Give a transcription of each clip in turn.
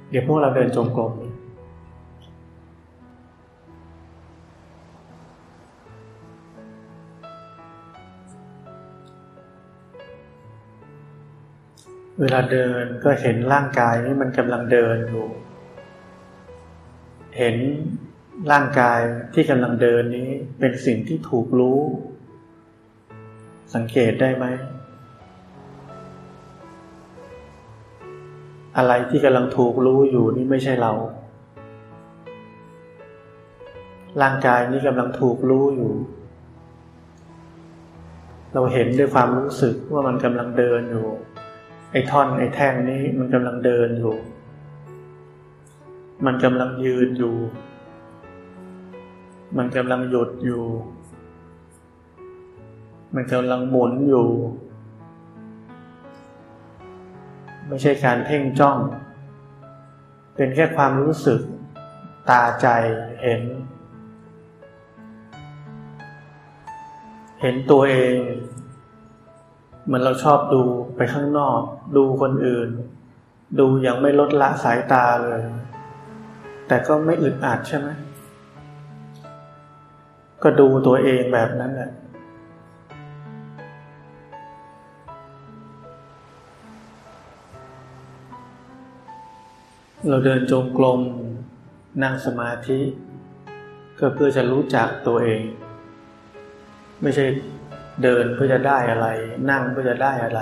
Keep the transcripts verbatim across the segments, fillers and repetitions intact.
เดี๋ยวพวกเราเดินจงกรมเวลาเดินก็เห็นร่างกายนี้มันกำลังเดินอยู่เห็นร่างกายที่กำลังเดินนี้เป็นสิ่งที่ถูกรู้สังเกตได้ไหมอะไรที่กำลังถูกรู้อยู่นี่ไม่ใช่เราร่างกายนี้กำลังถูกรู้อยู่เราเห็นด้วยความรู้สึกว่ามันกำลังเดินอยู่ไอ้ท่อนไอ้แท่งนี้มันกำลังเดินอยู่มันกำลังยืนอยู่มันกำลังหยุดอยู่มันกำลังหมุนอยู่ไม่ใช่การเพ่งจ้องเป็นแค่ความรู้สึกตาใจเห็นเห็นตัวเองเหมือนเราชอบดูไปข้างนอกดูคนอื่นดูอย่างไม่ลดละสายตาเลยแต่ก็ไม่อึดอัดใช่ไหมก็ดูตัวเองแบบนั้นแหละเราเดินจงกรมนั่งสมาธิก็เพื่อจะรู้จักตัวเองไม่ใช่เดินเพื่อจะได้อะไรนั่งเพื่อจะได้อะไร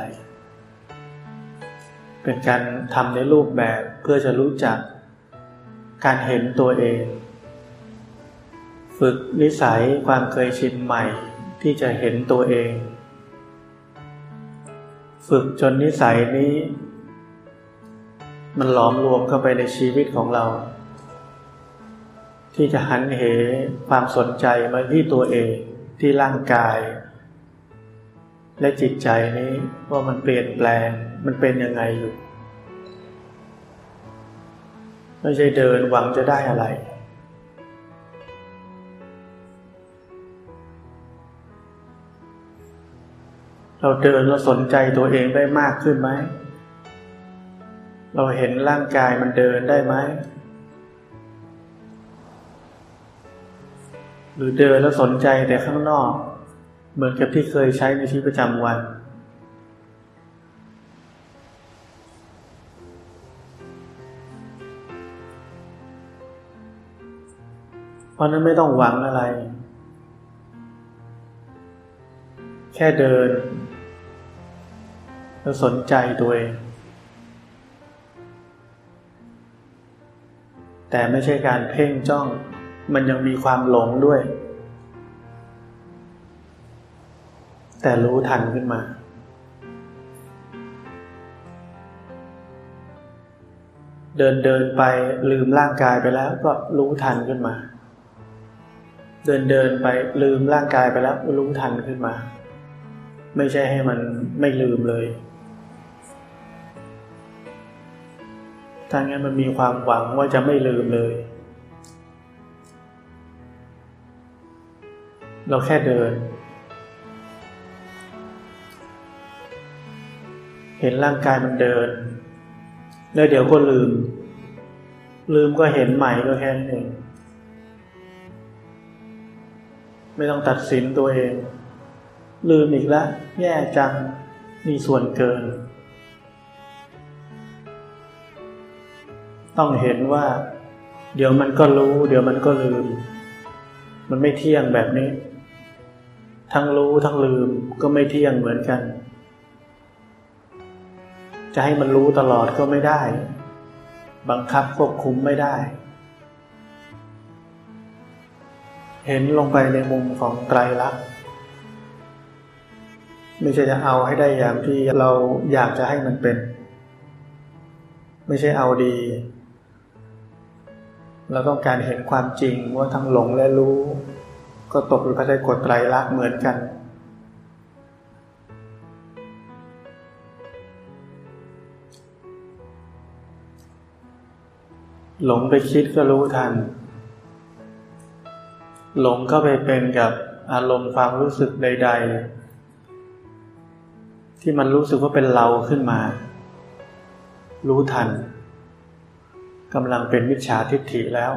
เป็นการทำในรูปแบบเพื่อจะรู้จักการเห็นตัวเองฝึกนิสัยความเคยชินใหม่ที่จะเห็นตัวเองฝึกจนนิสัยนี้มันหลอมรวมเข้าไปในชีวิตของเราที่จะหันเหความสนใจมาที่ตัวเองที่ร่างกายและจิตใจนี้ว่ามันเปลี่ยนแปลงมันเป็นยังไงอยู่ไม่ใช่เดินหวังจะได้อะไรเราเดินเราสนใจตัวเองได้มากขึ้นไหมเราเห็นร่างกายมันเดินได้ไหมหรือเดินแล้วสนใจแต่ข้างนอกเหมือนกับที่เคยใช้ในชีวิตประจำวันเพราะนั้นไม่ต้องหวังอะไรแค่เดินแล้วสนใจตัวเองแต่ไม่ใช่การเพ่งจ้องมันยังมีความหลงด้วยแต่รู้ทันขึ้นมาเดินเดินไปลืมร่างกายไปแล้วก็รู้ทันขึ้นมาเดินเดินไปลืมร่างกายไปแล้วรู้ทันขึ้นมาไม่ใช่ให้มันไม่ลืมเลยถ้างั้นมันมีความหวังว่าจะไม่ลืมเลยเราแค่เดินเห็นร่างกายมันเดินแล้วเดี๋ยวก็ลืมลืมก็เห็นใหม่ก็แค่นั้นเองไม่ต้องตัดสินตัวเองลืมอีกแล้วแย่จังมีส่วนเกินต้องเห็นว่าเดี๋ยวมันก็รู้เดี๋ยวมันก็ลืมมันไม่เที่ยงแบบนี้ทั้งรู้ทั้งลืมก็ไม่เที่ยงเหมือนกันจะให้มันรู้ตลอดก็ไม่ได้บังคับควบคุมไม่ได้เห็นลงไปในมุมของไตรลักษณ์ไม่ใช่จะเอาให้ได้อย่างที่เราอยากจะให้มันเป็นไม่ใช่เอาดีเราต้องการเห็นความจริงว่าทั้งหลงและรู้ก็ตกอยู่ภายใต้กฎไตรลักษณ์เหมือนกันหลงไปคิดก็รู้ทันหลงเข้าไปเป็นกับอารมณ์ความรู้สึกใดๆที่มันรู้สึกว่าเป็นเราขึ้นมารู้ทันกำลังเป็นมิจฉาทิฏฐิแล้ว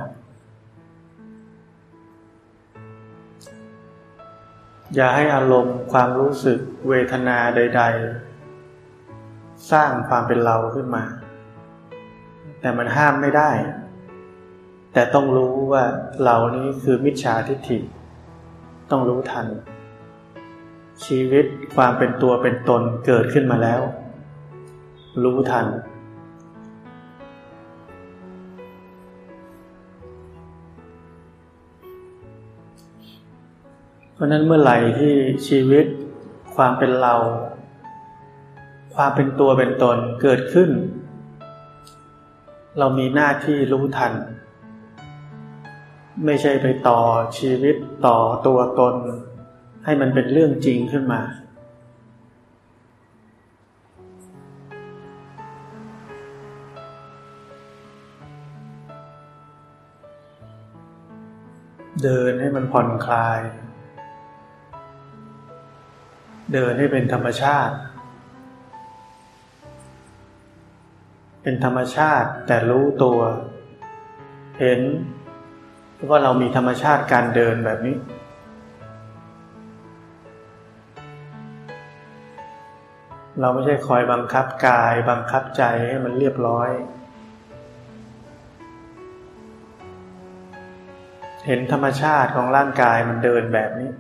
อย่าให้อารมณ์ความรู้สึกเวทนาใดๆสร้างความเป็นเราขึ้นมาแต่มันห้ามไม่ได้แต่ต้องรู้ว่าเรานี้คือมิจฉาทิฏฐิต้องรู้ทันชีวิตความเป็นตัวเป็นตนเกิดขึ้นมาแล้วรู้ทันเพราะนั้นเมื่อไหร่ที่ชีวิตความเป็นเราความเป็นตัวเป็นตนเกิดขึ้นเรามีหน้าที่รู้ทันไม่ใช่ไปต่อชีวิตต่อตัวตนให้มันเป็นเรื่องจริงขึ้นมาเดินให้มันผ่อนคลายเดินให้เป็นธรรมชาติเป็นธรรมชาติแต่รู้ตัวเห็นว่าเรามีธรรมชาติการเดินแบบนี้เราไม่ใช่คอยบังคับกายบังคับใจให้มันเรียบร้อยเห็นธรรมชาติของร่างกายมันเดินแบบนี้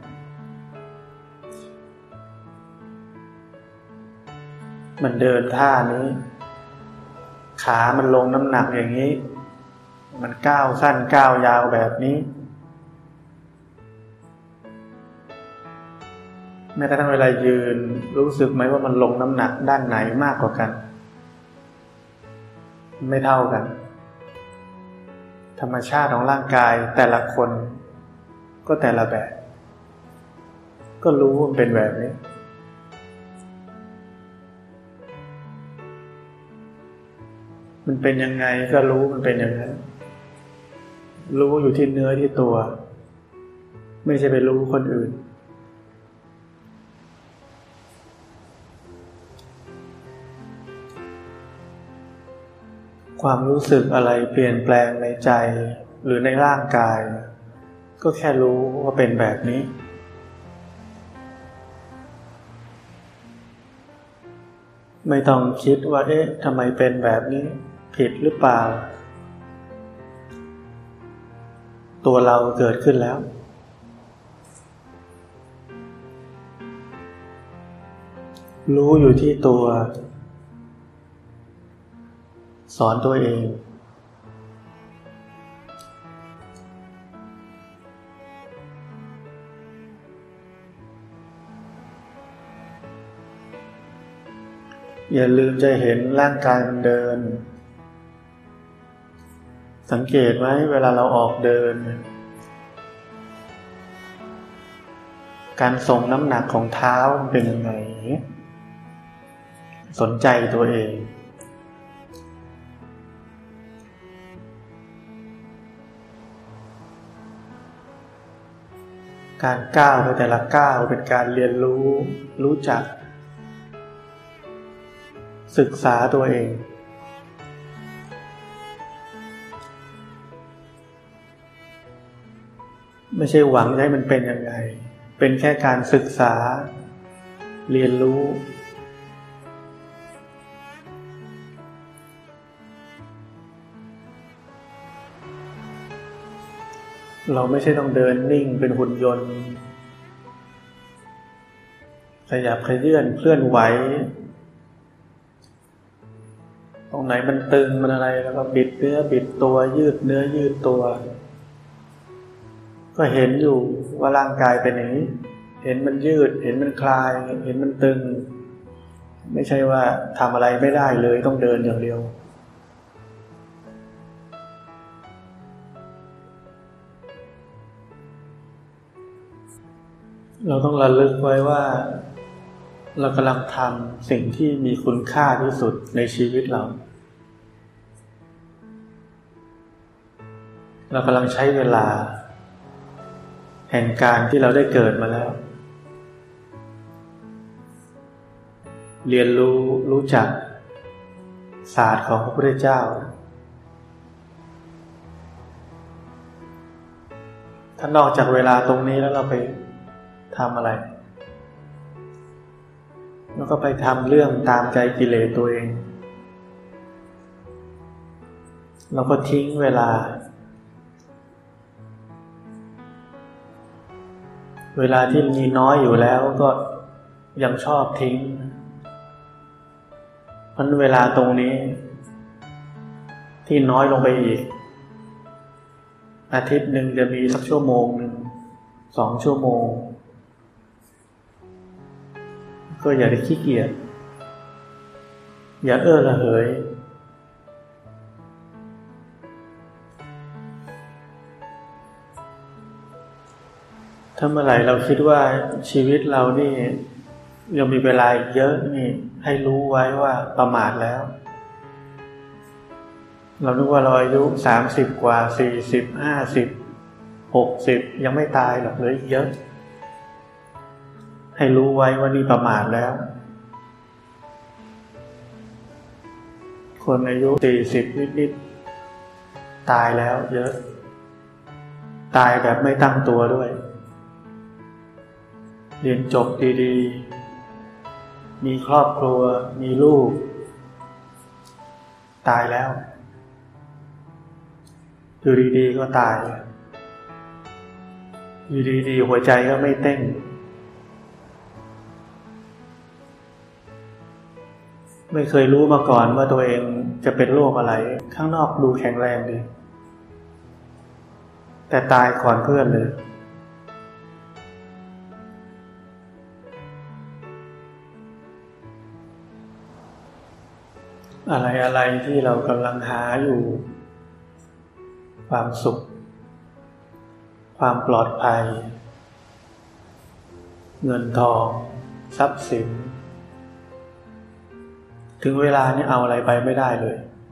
มันเดินท่านี้ขามันลงน้ำหนักอย่างนี้มันก้าวสั้นก้าวยาวแบบนี้แม้กระทั่งเวลายืนรู้สึกไหมว่ามันลงน้ำหนักด้านไหนมากกว่ากันไม่เท่ากันธรรมชาติของร่างกายแต่ละคนก็แต่ละแบบก็รู้ว่ามันเป็นแบบนี้มันเป็นยังไงก็รู้มันเป็นอย่างนั้นรู้อยู่ที่เนื้อที่ตัวไม่ใช่ไปรู้คนอื่นความรู้สึกอะไรเปลี่ยนแปลงในใจหรือในร่างกายก็แค่รู้ว่าเป็นแบบนี้ไม่ต้องคิดว่าเอ๊ะทำไมเป็นแบบนี้ผิดหรือเปล่าตัวเราเกิดขึ้นแล้วรู้อยู่ที่ตัวสอนตัวเองอย่าลืมจะเห็นร่างกายมันเดินสังเกตไหมเวลาเราออกเดินการส่งน้ำหนักของเท้ามันเป็นยังไงสนใจตัวเองการก้าวไปแต่ละก้าวเป็นการเรียนรู้รู้จักศึกษาตัวเองไม่ใช่หวังให้มันเป็นยังไงเป็นแค่การศึกษาเรียนรู้เราไม่ใช่ต้องเดินนิ่งเป็นหุ่นยนต์ขยับขยื่นเคลื่อนไหวตรงไหนมันตึงมันอะไรแล้วก็บิดเนื้อบิดตัวยืดเนื้อยืดตัวก็เห็นอยู่ว่าร่างกายเป็นอย่างนี้เห็นมันยืดเห็นมันคลายเห็นมันตึงไม่ใช่ว่าทำอะไรไม่ได้เลยต้องเดินอย่างเดียวเราต้องระลึกไว้ว่าเรากำลังทำสิ่งที่มีคุณค่าที่สุดในชีวิตเราเรากำลังใช้เวลาแห่งการที่เราได้เกิดมาแล้วเรียนรู้รู้จักศาสตร์ของพระพุทธเจ้าถ้านอกจากเวลาตรงนี้แล้วเราไปทำอะไรแล้วก็ไปทำเรื่องตามใจกิเลสตัวเองเราก็ทิ้งเวลาเวลาที่มีน้อยอยู่แล้วก็ยังชอบทิ้งเพราะเวลาตรงนี้ที่น้อยลงไปอีกอาทิตย์หนึ่งจะมีสักชั่วโมงหนึ่งสองชั่วโมงก็อย่าได้ขี้เกียจอย่าเอ้อระเหยถ้าเมื่อไหร่เราคิดว่าชีวิตเรานี่ยังมีเวลาอีกเยอะนี่ให้รู้ไว้ว่าประมาทแล้วเรานึกว่าเราอายุสามสิบกว่าสี่สิบห้าสิบหกสิบยังไม่ตายหรอกเหลืออีกเยอะให้รู้ไว้ว่านี่ประมาทแล้วคนอายุสี่สิบนิดๆตายแล้วเยอะตายแบบไม่ตั้งตัวด้วยเรียนจบดีๆมีครอบครัวมีลูกตายแล้วอยู่ดีๆก็ตายอยู่ดีๆหัวใจก็ไม่เต้นไม่เคยรู้มาก่อนว่าตัวเองจะเป็นโรคอะไรข้างนอกดูแข็งแรงดีแต่ตายก่อนเพื่อนเลยอะไรอะไรที่เรากำลังหาอยู่ความสุขความปลอดภัยเงินทองทรัพย์สินถึงเวลานี้เอาอะไรไปไม่ได้เลย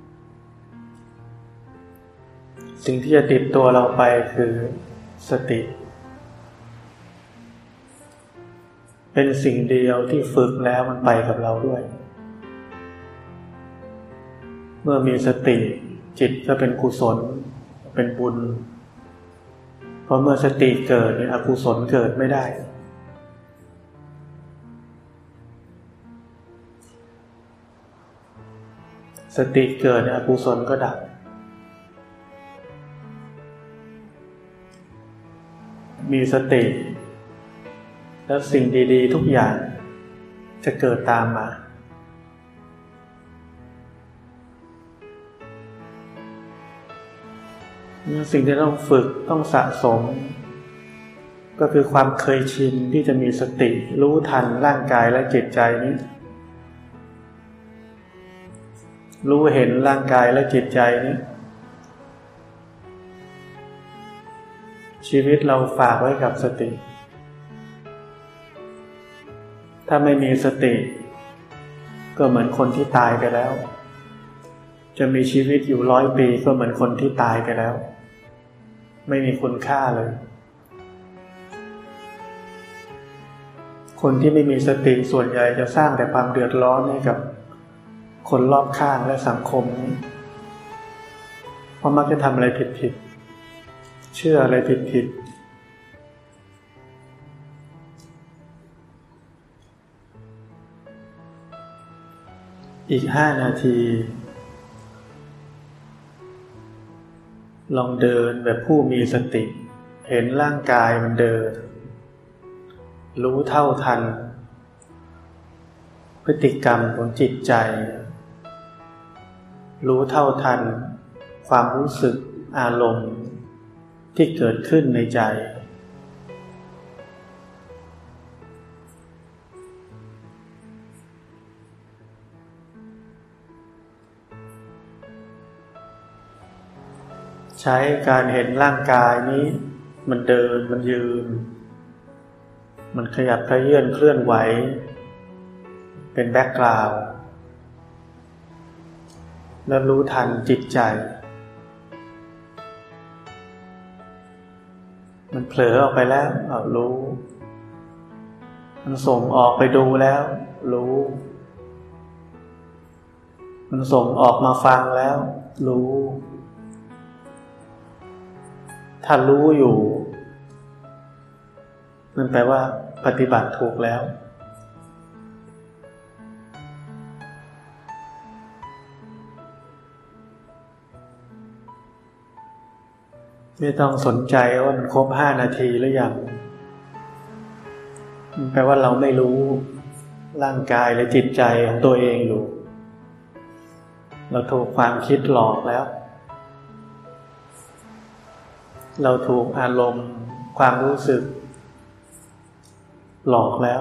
สิ่งที่จะติดตัวเราไปคือสติเป็นสิ่งเดียวที่ฝึกแล้วมันไปกับเราด้วยเมื่อมีสติจิตก็เป็นกุศลเป็นบุญเพราะเมื่อสติเกิดเนี่ยอกุศลเกิดไม่ได้สติเกิดเนี่ยอกุศลก็ดับมีสติแล้วสิ่งดีๆทุกอย่างจะเกิดตามมาสิ่งที่ต้องฝึกต้องสะสมก็คือความเคยชินที่จะมีสติรู้ทันร่างกายและจิตใจนี้รู้เห็นร่างกายและจิตใจนี้ชีวิตเราฝากไว้กับสติถ้าไม่มีสติก็เหมือนคนที่ตายไปแล้วจะมีชีวิตอยู่ร้อยปีก็เหมือนคนที่ตายไปแล้วไม่มีคุณค่าเลยคนที่ไม่มีสติส่วนใหญ่จะสร้างแต่ความเดือดร้อนให้กับคนรอบข้างและสังคมนี้เพราะมักจะทำอะไรผิดๆเชื่ออะไรผิดๆอีกห้านาทีลองเดินแบบผู้มีสติเห็นร่างกายมันเดินรู้เท่าทันพฤติกรรมของจิตใจรู้เท่าทันความรู้สึกอารมณ์ที่เกิดขึ้นในใจใช้การเห็นร่างกายนี้มันเดินมันยืนมันขยับเขยื้อนเคลื่อนไหวเป็นแบ็คกราวด์แล้วรู้ทันจิตใจมันเผลอออกไปแล้วเอารู้มันส่งออกไปดูแล้วรู้มันส่งออกมาฟังแล้วรู้ถ้ารู้อยู่มันแปลว่าปฏิบัติถูกแล้วไม่ต้องสนใจว่ามันครบห้านาทีหรือยังมันแปลว่าเราไม่รู้ร่างกายและจิตใจของตัวเองอยู่เราถูกความคิดหลอกแล้วเราถูกอารมณ์ความรู้สึกหลอกแล้ว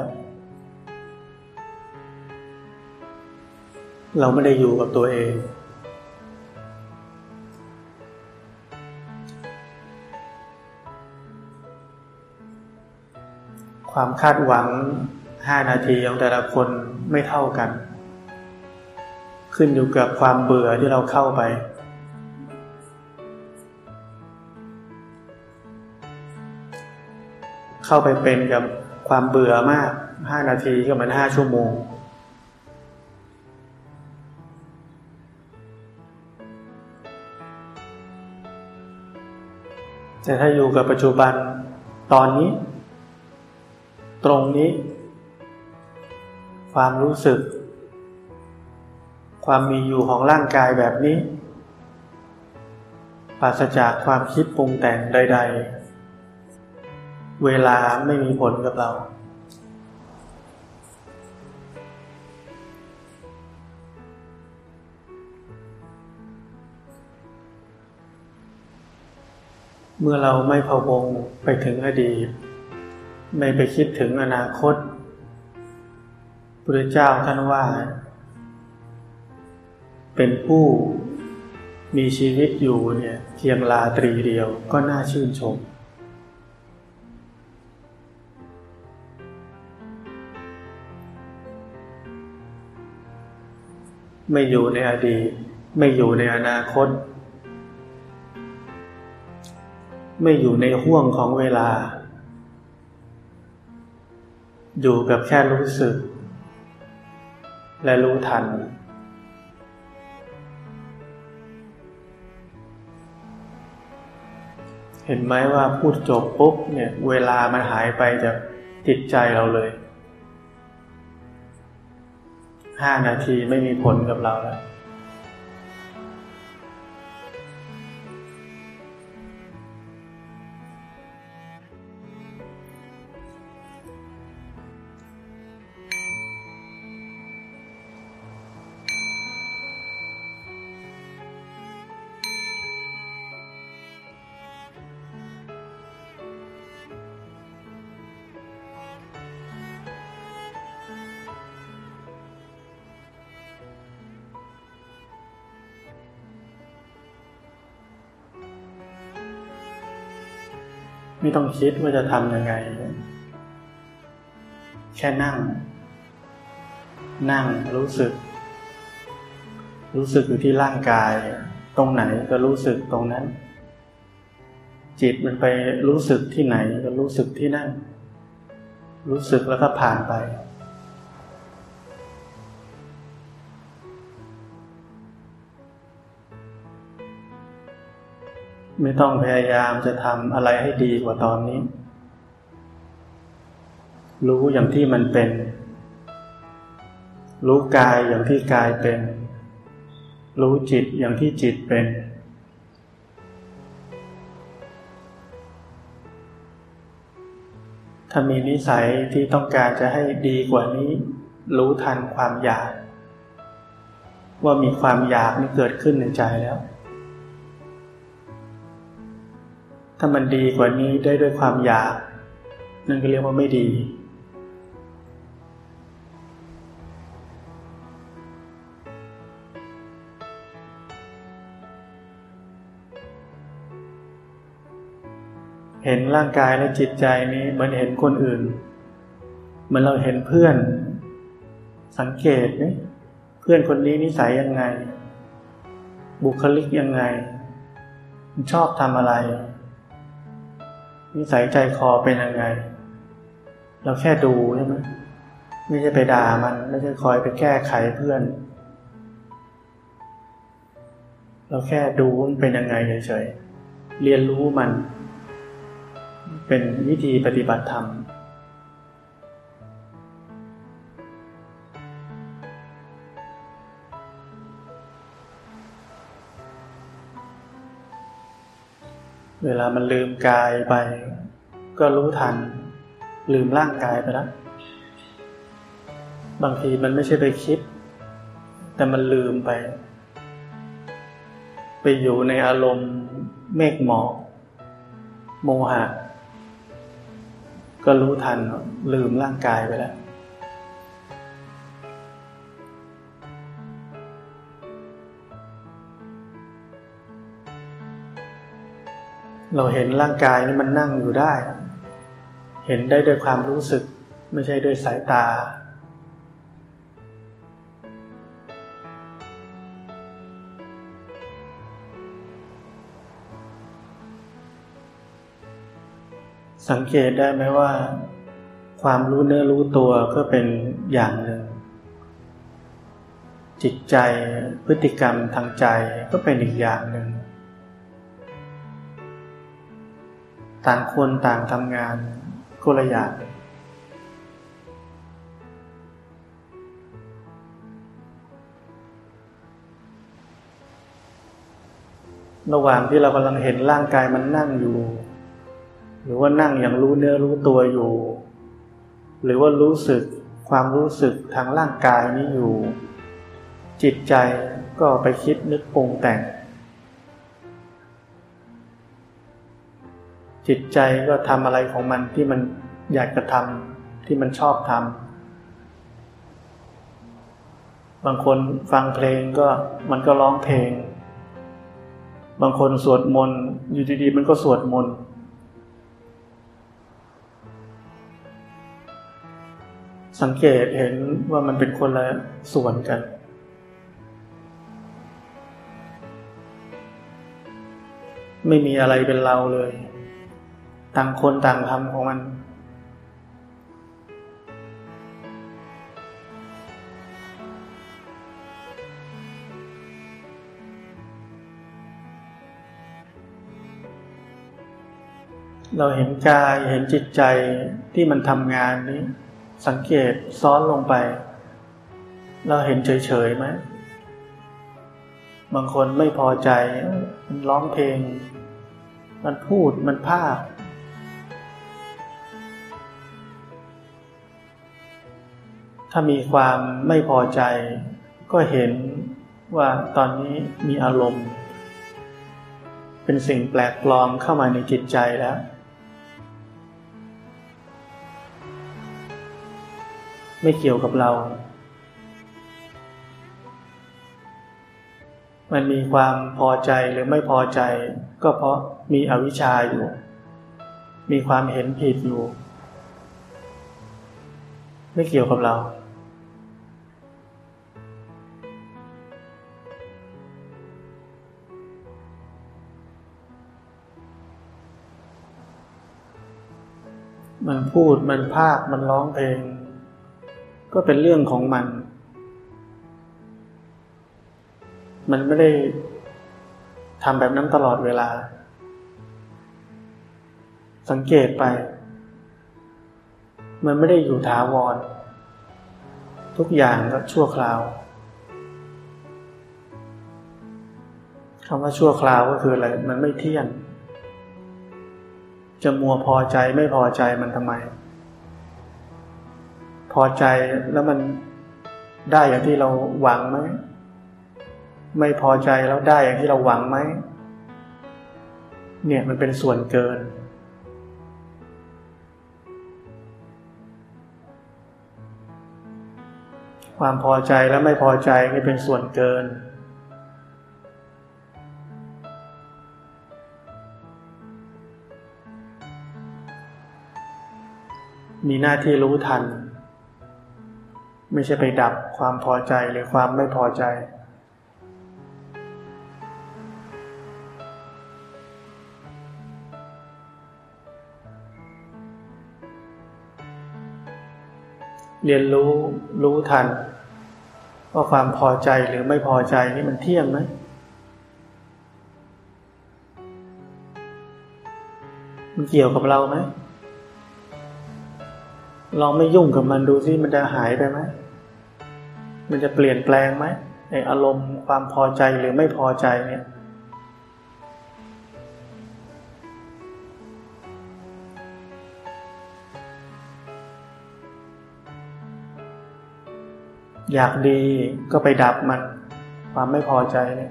เราไม่ได้อยู่กับตัวเองความคาดหวังห้านาทีของแต่ละคนไม่เท่ากันขึ้นอยู่กับความเบื่อที่เราเข้าไปเข้าไปเป็นกับความเบื่อมากห้านาทีก็เหมือนห้าชั่วโมงแต่ถ้าอยู่กับปัจจุบันตอนนี้ตรงนี้ความรู้สึกความมีอยู่ของร่างกายแบบนี้ปราศจากความคิดปรุงแต่งใดๆเวลาไม่มีผลกับเราเมื่อเราไม่พะวงไปถึงอดีตไม่ไปคิดถึงอนาคตพระเจ้าท่านว่าเป็นผู้มีชีวิตอยู่เนี่ยเพียงราตรีเดียวก็น่าชื่นชมไม่อยู่ในอดีตไม่อยู่ในอนาคตไม่อยู่ในห้วงของเวลาอยู่กับแค่รู้สึกและรู้ทันเห็นไหมว่าพูดจบปุ๊บเนี่ยเวลามันหายไปจากจิตใจเราเลยห้านาทีไม่มีผลกับเราแล้วไม่ต้องคิดว่าจะทำยังไงแค่นั่งนั่งรู้สึกรู้สึกอยู่ที่ร่างกายตรงไหนก็รู้สึกตรงนั้นจิตมันไปรู้สึกที่ไหนก็รู้สึกที่นั่นรู้สึกแล้วก็ผ่านไปไม่ต้องพยายามจะทำอะไรให้ดีกว่าตอนนี้รู้อย่างที่มันเป็นรู้กายอย่างที่กายเป็นรู้จิตอย่างที่จิตเป็นถ้ามีนิสัยที่ต้องการจะให้ดีกว่านี้รู้ทันความอยากว่ามีความอยากนี่เกิดขึ้นในใจแล้วถ้ามันดีกว่านี้ได้ด้วยความอยากนั่นก็เรียกว่าไม่ดีเห็นร่างกายและจิตใจนี้เหมือนเห็นคนอื่นเหมือนเราเห็นเพื่อนสังเกตไหมเพื่อนคนนี้นิสัยยังไงบุคลิกยังไงชอบทำอะไรนิสัยใจคอเป็นยังไงเราแค่ดูใช่ไหมไม่ใช่ไปด่ามันไม่ใช่คอยไปแก้ไขเพื่อนเราแค่ดูมันเป็นยังไงเฉยๆเรียนรู้มันเป็นวิธีปฏิบัติธรรมเวลามันลืมกายไปก็รู้ทันลืมร่างกายไปแล้วบางทีมันไม่ใช่ไปคิดแต่มันลืมไปไปอยู่ในอารมณ์เมฆหมอกโมหะก็รู้ทันลืมร่างกายไปแล้วเราเห็นร่างกายนี่มันนั่งอยู่ได้เห็นได้ด้วยความรู้สึกไม่ใช่ด้วยสายตาสังเกตได้ไหมว่าความรู้เนื้อรู้ตัวก็เป็นอย่างหนึ่งจิตใจพฤติกรรมทางใจก็เป็นอีกอย่างหนึ่งต่างคนต่างทำงานคนละอย่างระหว่างที่เรากำลังเห็นร่างกายมันนั่งอยู่หรือว่านั่งอย่างรู้เนื้อรู้ตัวอยู่หรือว่ารู้สึกความรู้สึกทางร่างกายนี้อยู่จิตใจก็ไปคิดนึกปรุงแต่งจิตใจก็ทำอะไรของมันที่มันอยากจะทำที่มันชอบทำบางคนฟังเพลงก็มันก็ร้องเพลงบางคนสวดมนต์อยู่ดีๆมันก็สวดมนต์สังเกตเห็นว่ามันเป็นคนละส่วนกันไม่มีอะไรเป็นเราเลยต่างคนต่างทำของมันเราเห็นกายเห็นจิตใจที่มันทำงานนี้สังเกตซ้อนลงไปเราเห็นเฉยๆไหมบางคนไม่พอใจมันร้องเพลงมันพูดมันพากย์ถ้ามีความไม่พอใจก็เห็นว่าตอนนี้มีอารมณ์เป็นสิ่งแปลกปลอมเข้ามาในจิตใจแล้วไม่เกี่ยวกับเรามันมีความพอใจหรือไม่พอใจก็เพราะมีอวิชชาอยู่มีความเห็นผิดอยู่ไม่เกี่ยวกับเรามันพูดมันพากย์มันร้องเพลงก็เป็นเรื่องของมันมันไม่ได้ทำแบบนั้นตลอดเวลาสังเกตไปมันไม่ได้อยู่ถาวรทุกอย่างก็ชั่วคราวคำว่าชั่วคราวก็คืออะไรมันไม่เที่ยงจะมัวพอใจไม่พอใจมันทำไมพอใจแล้วมันได้อย่างที่เราหวังไหมไม่พอใจแล้วได้อย่างที่เราหวังไหมเนี่ยมันเป็นส่วนเกินความพอใจและไม่พอใจนี่เป็นส่วนเกินมีหน้าที่รู้ทันไม่ใช่ไปดับความพอใจหรือความไม่พอใจเรียนรู้รู้ทันว่าความพอใจหรือไม่พอใจนี่มันเที่ยงไหมมันเกี่ยวกับเราไหมลองไม่ยุ่งกับมันดูสิมันจะหายไปไหมมันจะเปลี่ยนแปลงไหมไอ้อารมณ์ความพอใจหรือไม่พอใจเนี่ยอยากดีก็ไปดับมันความไม่พอใจเนี่ย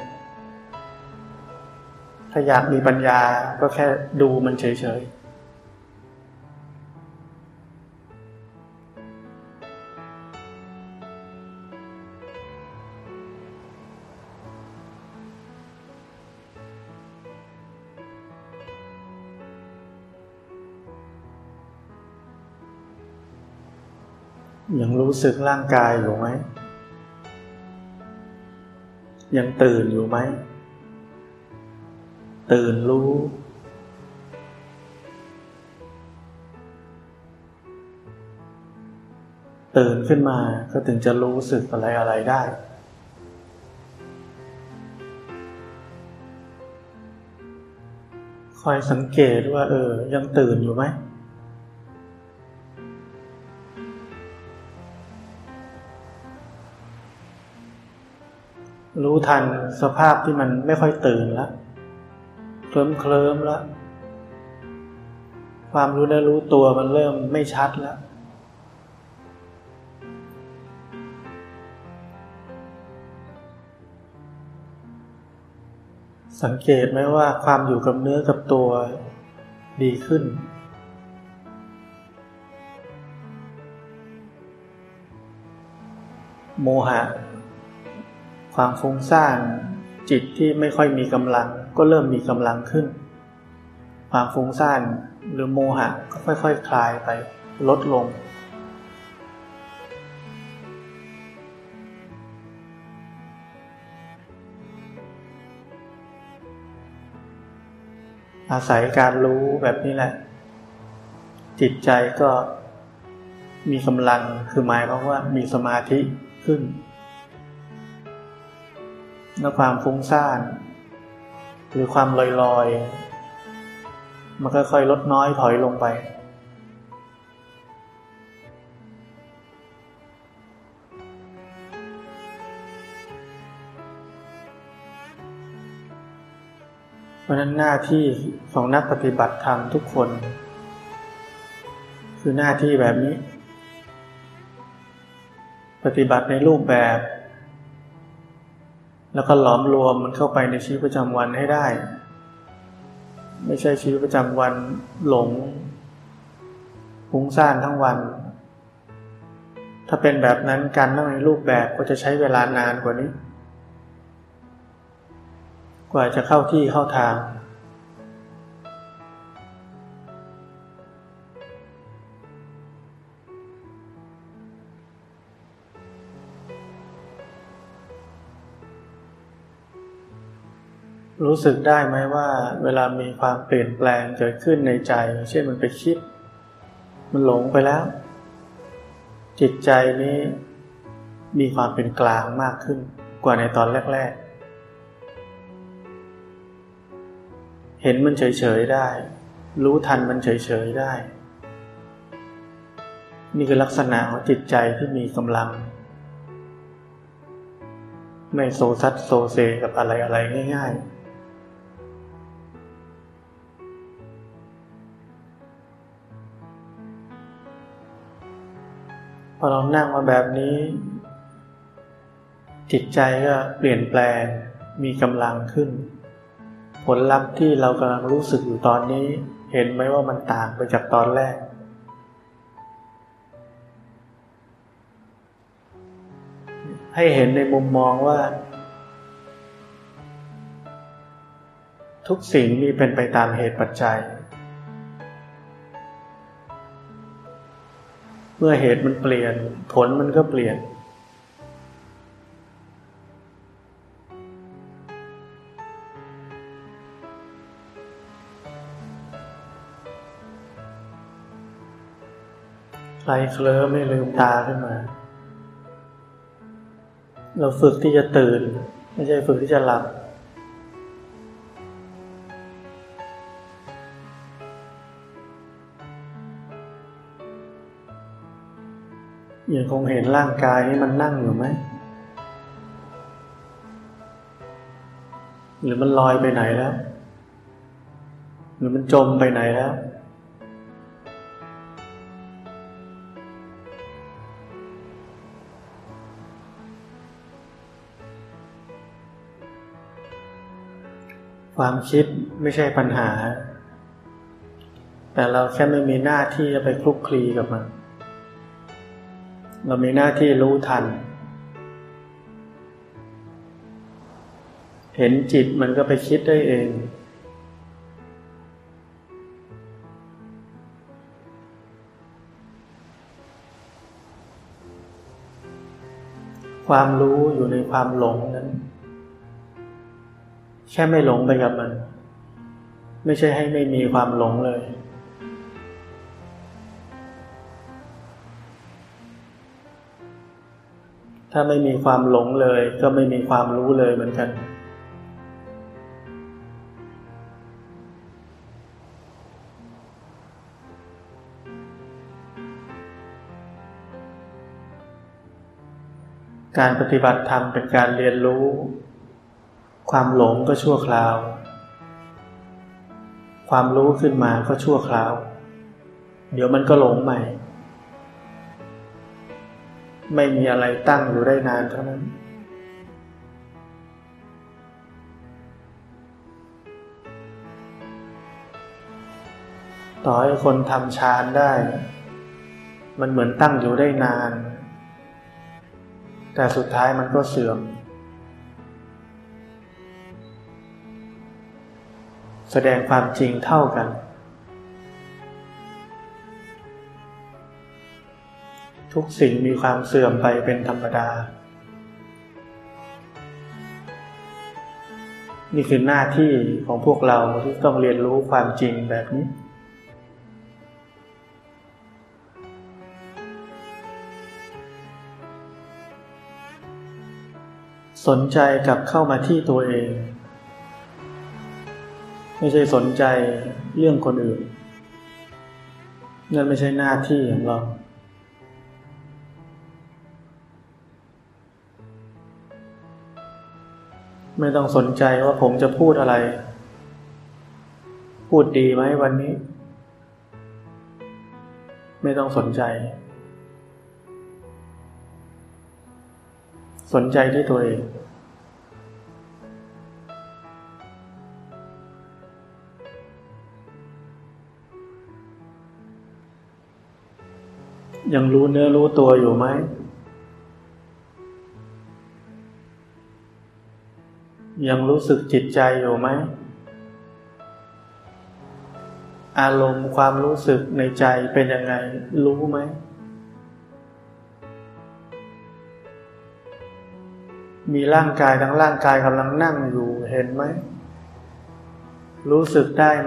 ถ้าอยากมีปัญญาก็แค่ดูมันเฉยๆยังรู้สึกร่างกายอยู่ไหมยังตื่นอยู่ไหมตื่นรู้ตื่นขึ้นมาก็ถึงจะรู้สึกอะไรอะไรได้คอยสังเกตว่าเออยังตื่นอยู่ไหมรู้ทันสภาพที่มันไม่ค่อยตื่นแล้วเคลิ้มเคลิ้มแล้วความรู้ได้รู้ตัวมันเริ่มไม่ชัดแล้วสังเกตไหมว่าความอยู่กับเนื้อกับตัวดีขึ้นโมหะความฟุ้งซ่านจิตที่ไม่ค่อยมีกำลังก็เริ่มมีกำลังขึ้นความฟุ้งซ่านหรือโมหะก็ค่อยๆ ค, คลายไปลดลงอาศัยการรู้แบบนี้แหละจิตใจก็มีกำลังคือหมายความว่ามีสมาธิขึ้นและความฟุ้งซ่านหรือความลอยๆมันค่อยๆลดน้อยถอยลงไปเพราะนั้นหน้าที่ของนักปฏิบัติธรรมทุกคนคือหน้าที่แบบนี้ปฏิบัติในรูปแบบแล้วก็หลอมรวมมันเข้าไปในชีวิตประจำวันให้ได้ไม่ใช่ชีวิตประจำวันหลงฟุ้งซ่านทั้งวันถ้าเป็นแบบนั้นการนั่งในรูปแบบก็จะใช้เวลานานกว่านี้กว่าจะเข้าที่เข้าทางรู้สึกได้ไหมว่าเวลามีความเปลี่ยนแปลงเกิดขึ้นในใจเช่นมันไปคิดมันหลงไปแล้วจิตใจนี้มีความเป็นกลางมากขึ้นกว่าในตอนแรกๆเห็นมันเฉยๆได้รู้ทันมันเฉยๆได้นี่คือลักษณะของจิตใจที่มีกำลังไม่โซซัดโซเซกับอะไรๆง่ายๆพอเรานั่งมาแบบนี้จิตใจก็เปลี่ยนแปลงมีกำลังขึ้นผลลัพธ์ที่เรากำลังรู้สึกอยู่ตอนนี้เห็นไหมว่ามันต่างไปจากตอนแรกให้เห็นในมุมมองว่าทุกสิ่งนี้เป็นไปตามเหตุปัจจัยเมื่อเหตุมันเปลี่ยนผลมันก็เปลี่ยนใครเคลิ้มไม่ลืมตาขึ้นมาเราฝึกที่จะตื่นไม่ใช่ฝึกที่จะหลับยังคงเห็นร่างกายนี้มันนั่งอยู่ไหมหรือมันลอยไปไหนแล้วหรือมันจมไปไหนแล้วความคิดไม่ใช่ปัญหาแต่เราแค่ไม่มีหน้าที่จะไปคลุกคลีกับมันเรามีหน้าที่รู้ทันเห็นจิตมันก็ไปคิดได้เองความรู้อยู่ในความหลงนั้นแค่ไม่หลงไปกับมันไม่ใช่ให้ไม่มีความหลงเลยถ้าไม่มีความหลงเลยก็ไม่มีความรู้เลยเหมือนกันการปฏิบัติธรรมเป็นการเรียนรู้ความหลงก็ชั่วคราวความรู้ขึ้นมาก็ชั่วคราวเดี๋ยวมันก็หลงใหม่ไม่มีอะไรตั้งอยู่ได้นานเท่านั้นต่อให้คนทำฌานได้มันเหมือนตั้งอยู่ได้นานแต่สุดท้ายมันก็เสื่อมแสดงความจริงเท่ากันทุกสิ่งมีความเสื่อมไปเป็นธรรมดานี่คือหน้าที่ของพวกเราที่ต้องเรียนรู้ความจริงแบบนี้สนใจกลับเข้ามาที่ตัวเองไม่ใช่สนใจเรื่องคนอื่นนั่นไม่ใช่หน้าที่ของเราไม่ต้องสนใจว่าผมจะพูดอะไรพูดดีไหมวันนี้ไม่ต้องสนใจสนใจที่ตัวเองยังรู้เนื้อรู้ตัวอยู่ไหมยังรู้สึกจิตใจอยู่ไหมอารมณ์ความรู้สึกในใจเป็นยังไงรู้ไหมมีร่างกายทั้งร่างกายกำลังนั่งอยู่เห็นไหมรู้สึกได้ไหม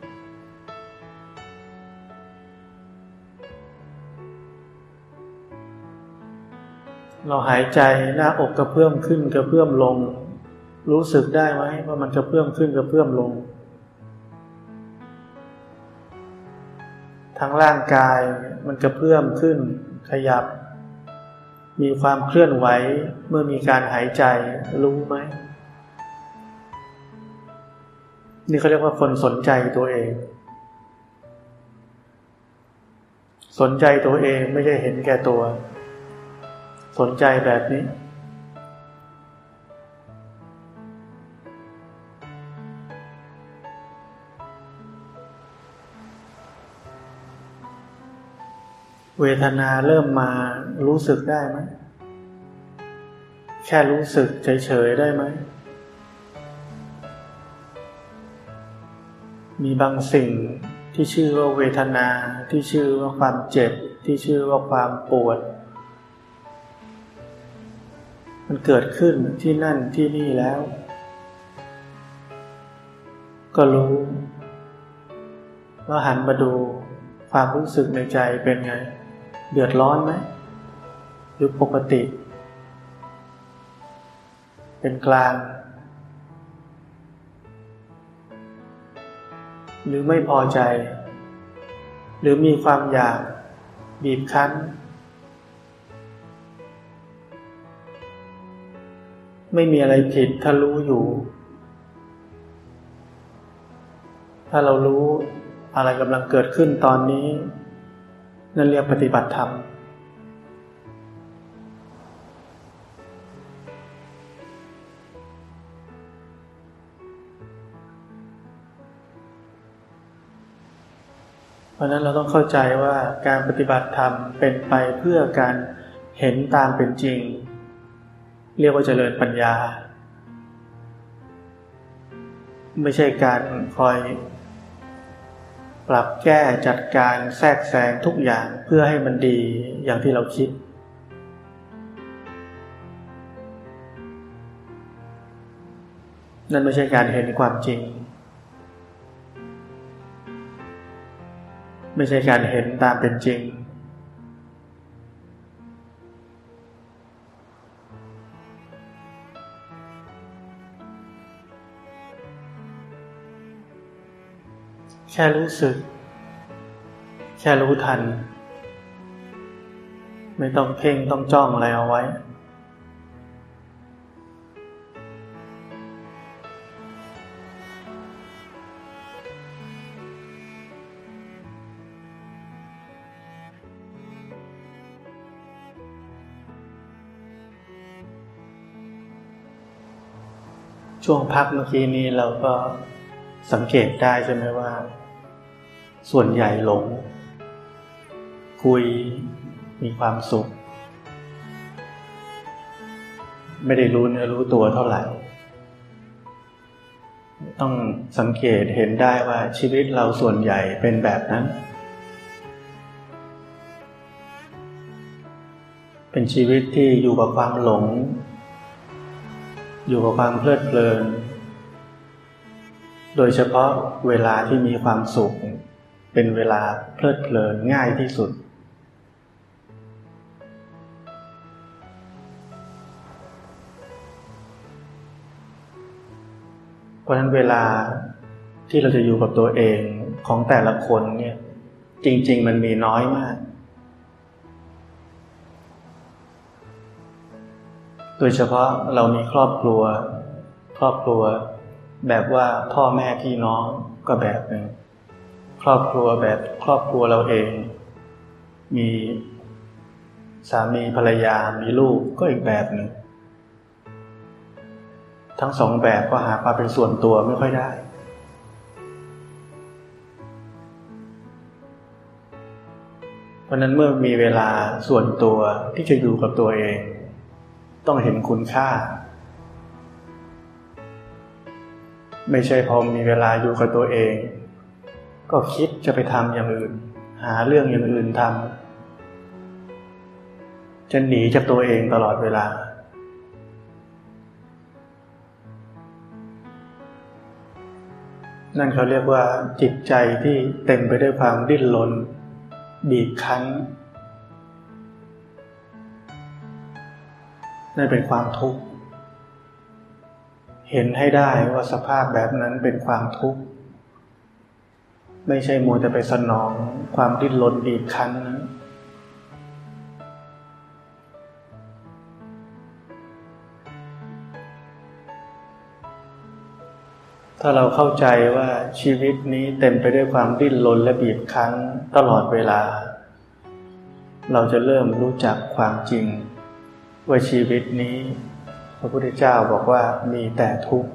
เราหายใจหน้าอกกระเพื่อมขึ้นกระเพื่อมลงรู้สึกได้ไหมว่ามันกระเพื่อมขึ้นกระเพื่อมลงทั้งร่างกายมันกระเพื่อมขึ้นขยับมีความเคลื่อนไหวเมื่อมีการหายใจรู้ไหมนี่เขาเรียกว่าคนสนใจตัวเองสนใจตัวเองไม่ใช่เห็นแก่ตัวสนใจแบบนี้เวทนาเริ่มมารู้สึกได้ไหมแค่รู้สึกเฉยๆได้ไหมมีบางสิ่งที่ชื่อว่าเวทนาที่ชื่อว่าความเจ็บที่ชื่อว่าความปวดมันเกิดขึ้นที่นั่นที่นี่แล้วก็รู้ว่าหันมาดูความรู้สึกในใจเป็นไงเดือดร้อนไหมหรือปกติเป็นกลางหรือไม่พอใจหรือมีความอยากบีบคั้นไม่มีอะไรผิดถ้ารู้อยู่ถ้าเรารู้อะไรกำลังเกิดขึ้นตอนนี้นั่นเรียกปฏิบัติธรรมราะฉะนั้นเราต้องเข้าใจว่าการปฏิบัติธรรมเป็นไปเพื่อการเห็นตามเป็นจริงเรียกว่าเจริญปัญญาไม่ใช่การคอยปรับแก้จัดการแทรกแซงทุกอย่างเพื่อให้มันดีอย่างที่เราคิดนั่นไม่ใช่การเห็นความจริงไม่ใช่การเห็นตามเป็นจริงแค่รู้สึกแค่รู้ทันไม่ต้องเพ่งต้องจ้องอะไรเอาไว้ช่วงพักเมื่อกี้นี้เราก็สังเกตได้ใช่ไหมว่าส่วนใหญ่หลงคุยมีความสุขไม่ได้รู้เนื้อรู้ตัวเท่าไหร่ต้องสังเกตเห็นได้ว่าชีวิตเราส่วนใหญ่เป็นแบบนั้นเป็นชีวิตที่อยู่กับความหลงอยู่กับความเพลิดเพลินโดยเฉพาะเวลาที่มีความสุขเป็นเวลาเพลิดเพลินง่ายที่สุดเพราะฉะนั้นเวลาที่เราจะอยู่กับตัวเองของแต่ละคนเนี่ยจริงๆมันมีน้อยมากโดยเฉพาะเรามีครอบครัวครอบครัวแบบว่าพ่อแม่พี่น้องก็แบบหนึ่งครอบครัวแบบครอบครัวเราเองมีสามีภรรยามีลูกก็อีกแบบหนึ่งทั้งสองแบบก็หาความเป็นส่วนตัวไม่ค่อยได้เพราะนั้นเมื่อมีเวลาส่วนตัวที่จะอยู่กับตัวเองต้องเห็นคุณค่าไม่ใช่พอมีเวลาอยู่กับตัวเองก็คิดจะไปทำอย่างอื่นหาเรื่องอย่างอื่นทำจะหนีจากตัวเองตลอดเวลานั่นเขาเรียกว่าจิตใจที่เต็มไปด้วยความดิ้นรนบีบคั้นนั่นเป็นความทุกข์เห็นให้ได้ว่าสภาพแบบนั้นเป็นความทุกข์ไม่ใช่มัวแต่ไปสนองความดิ้นรนบีบคั้นนะถ้าเราเข้าใจว่าชีวิตนี้เต็มไปด้วยความดิ้นรนและบีบคั้นตลอดเวลาเราจะเริ่มรู้จักความจริงว่าชีวิตนี้พระพุทธเจ้าบอกว่ามีแต่ทุกข์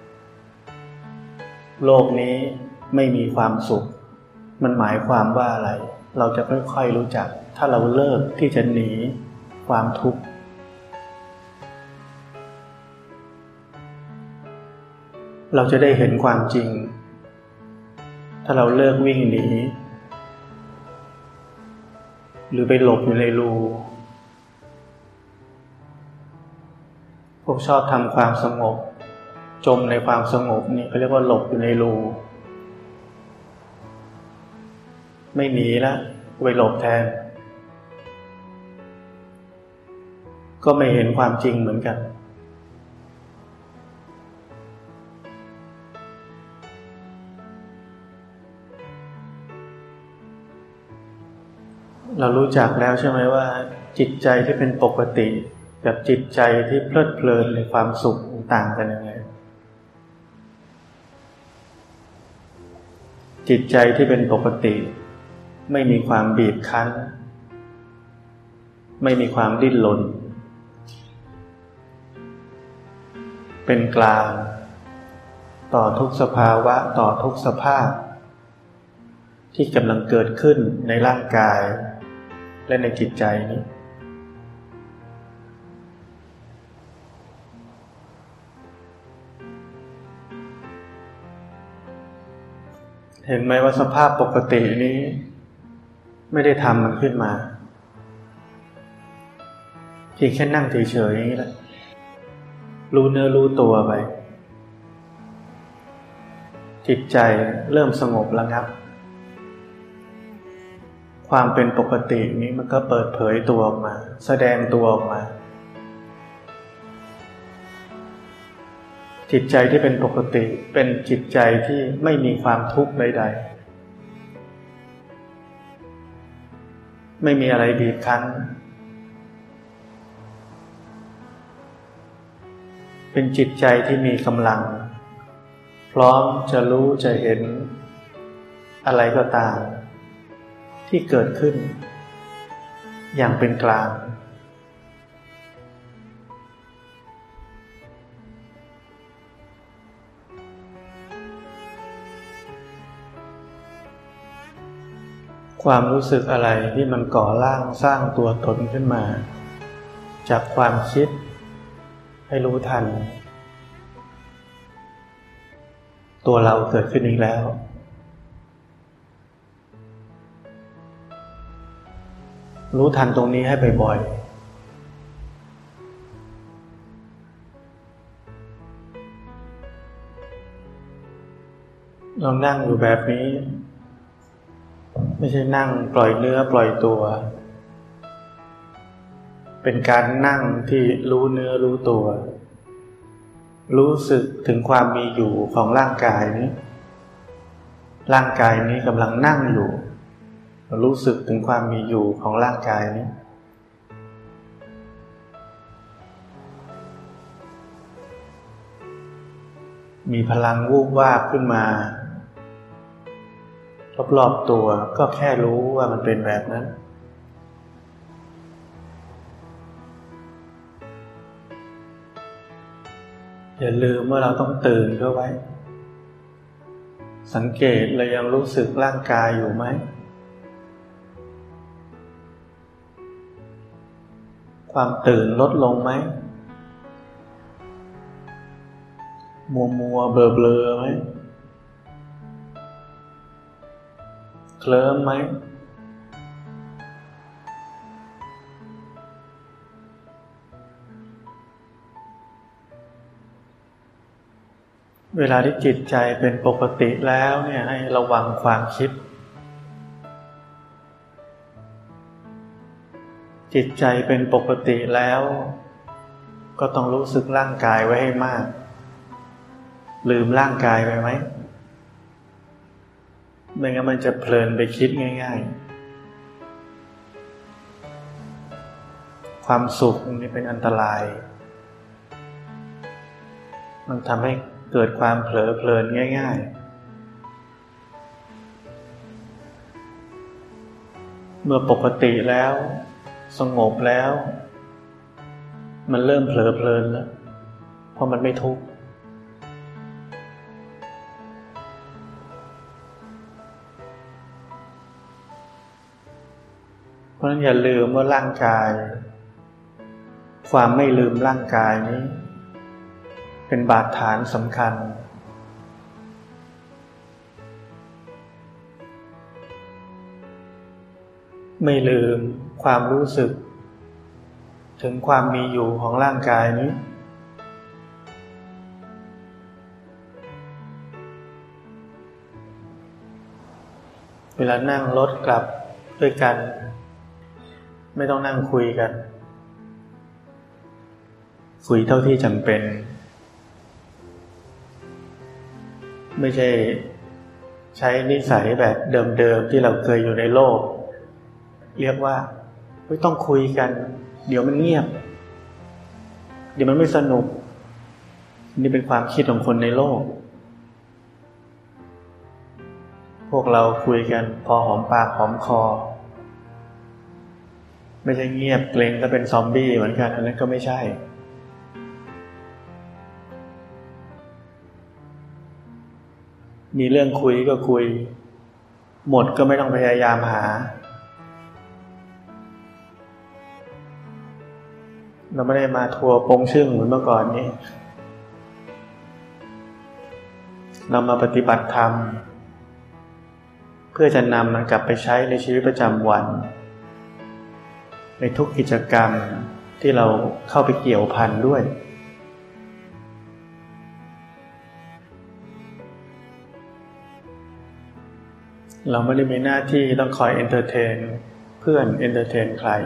โลกนี้ไม่มีความสุขมันหมายความว่าอะไรเราจะค่อยๆรู้จักถ้าเราเลิกที่จะหนีความทุกข์เราจะได้เห็นความจริงถ้าเราเลิกวิ่งหนีหรือไปหลบอยู่ในรูพวกชอบทำความสงบจมในความสงบนี่เขาเรียกว่าหลบอยู่ในรูไม่หนีแล้วไปหลบแทนก็ไม่เห็นความจริงเหมือนกันเรารู้จักแล้วใช่ไหมว่าจิตใจที่เป็นปกติกับจิตใจที่เพลิดเพลินในความสุขต่างกันยังไงจิตใจที่เป็นปกติไม่มีความบีบคั้นไม่มีความดิ้นรนเป็นกลางต่อทุกสภาวะต่อทุกสภาพที่กำลังเกิดขึ้นในร่างกายและในจิตใจนี้เห็นไหมว่าสภาพปกตินี้ไม่ได้ทำมันขึ้นมาเพียงแค่นั่งเฉยๆอย่างนี้แหละรู้เนื้อรู้ตัวไปจิตใจเริ่มสงบระงับความเป็นปกตินี้มันก็เปิดเผยตัวออกมาแสดงตัวออกมาจิตใจที่เป็นปกติเป็นจิตใจที่ไม่มีความทุกข์ใดๆไม่มีอะไรบีบคั้นเป็นจิตใจที่มีกำลังพร้อมจะรู้จะเห็นอะไรก็ตามที่เกิดขึ้นอย่างเป็นกลางความรู้สึกอะไรที่มันก่อร่างสร้างตัวตนขึ้นมาจากความคิดให้รู้ทันตัวเราเกิดขึ้นอีกแล้วรู้ทันตรงนี้ให้บ่อยๆเรานั่งอยู่แบบนี้ไม่ใช่นั่งปล่อยเนื้อปล่อยตัวเป็นการนั่งที่รู้เนื้อรู้ตัวรู้สึกถึงความมีอยู่ของร่างกายนี้ร่างกายนี้กำลังนั่งอยู่รู้สึกถึงความมีอยู่ของร่างกายนี้มีพลังวูบวาบขึ้นมารอบๆตัวก็แค่รู้ว่ามันเป็นแบบนั้นอย่าลืมว่าเราต้องตื่นเข้าไว้สังเกตเรายังรู้สึกร่างกายอยู่ไหมความตื่นลดลงไหมมัวมัวเบลอเบลอไหมเคลิ้มไหมเวลาที่จิตใจเป็นปกติแล้วเนี่ยให้ระวังความคิดจิตใจเป็นปกติแล้วก็ต้องรู้สึกร่างกายไว้ให้มากลืมร่างกายไปไหมไม่งั้นมันจะเพลินไปคิดง่ายๆความสุขนี่เป็นอันตรายมันทำให้เกิดความเผลอเพลินง่ายๆเมื่อปกติแล้วสงบแล้วมันเริ่มเผลอเพลินแล้วเพราะมันไม่ทุกข์เพราะฉะนั้นอย่าลืมว่าร่างกายความไม่ลืมร่างกายนี้เป็นบาดฐานสำคัญไม่ลืมความรู้สึกถึงความมีอยู่ของร่างกายนี้เวลานั่งรถกลับด้วยกันไม่ต้องนั่งคุยกันคุยเท่าที่จำเป็นไม่ใช่ใช้นิสัยแบบเดิมๆที่เราเคยอยู่ในโลกเรียกว่าไม่ต้องคุยกันเดี๋ยวมันเงียบเดี๋ยวมันไม่สนุกนี่เป็นความคิดของคนในโลกพวกเราคุยกันพอหอมปากหอมคอไม่ใช่เงียบเกรงก็เป็นซอมบี้เหมือนกันอันนั้นก็ไม่ใช่มีเรื่องคุยก็คุยหมดก็ไม่ต้องพยายามหาเราไม่ได้มาทัวร์ปงชึ่งเหมือนเมื่อก่อนนี้เรามาปฏิบัติธรรมเพื่อจะนำมันกลับไปใช้ในชีวิตประจำวันในทุกกิจกรรมที่เราเข้าไปเกี่ยวพันด้วยเราไม่ได้มีหน้าที่ต้องคอยเอนเตอร์เทนเพื่อนเอนเตอร์เทนใคร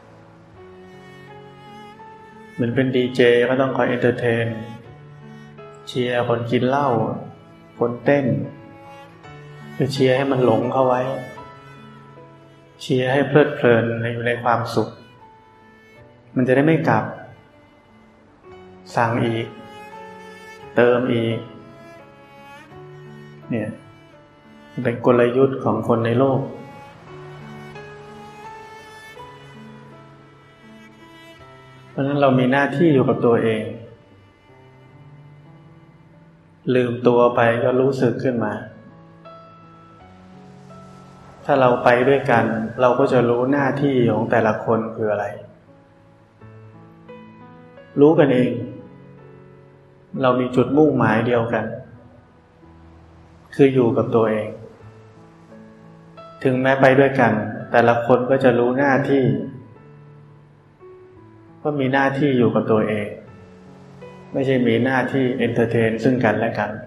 เหมือนเป็นดีเจก็ต้องคอยเอนเตอร์เทนเชียร์คนกินเหล้าคนเต้นคือเชียร์ให้มันหลงเข้าไว้เชียร์ให้เพลิดเพลินอยู่ในความสุขมันจะได้ไม่กลับสั่งอีกเติมอีกเนี่ยเป็นกลยุทธ์ของคนในโลกเพราะฉะนั้นเรามีหน้าที่อยู่กับตัวเองลืมตัวไปก็รู้สึกขึ้นมาถ้าเราไปด้วยกันเราก็จะรู้หน้าที่ของแต่ละคนคืออะไรรู้กันเองเรามีจุดมุ่งหมายเดียวกันคืออยู่กับตัวเองถึงแม้ไปด้วยกันแต่ละคนก็จะรู้หน้าที่ว่ามีหน้าที่อยู่กับตัวเองไม่ใช่มีหน้าที่เอนเตอร์เทนซึ่งกันและกัน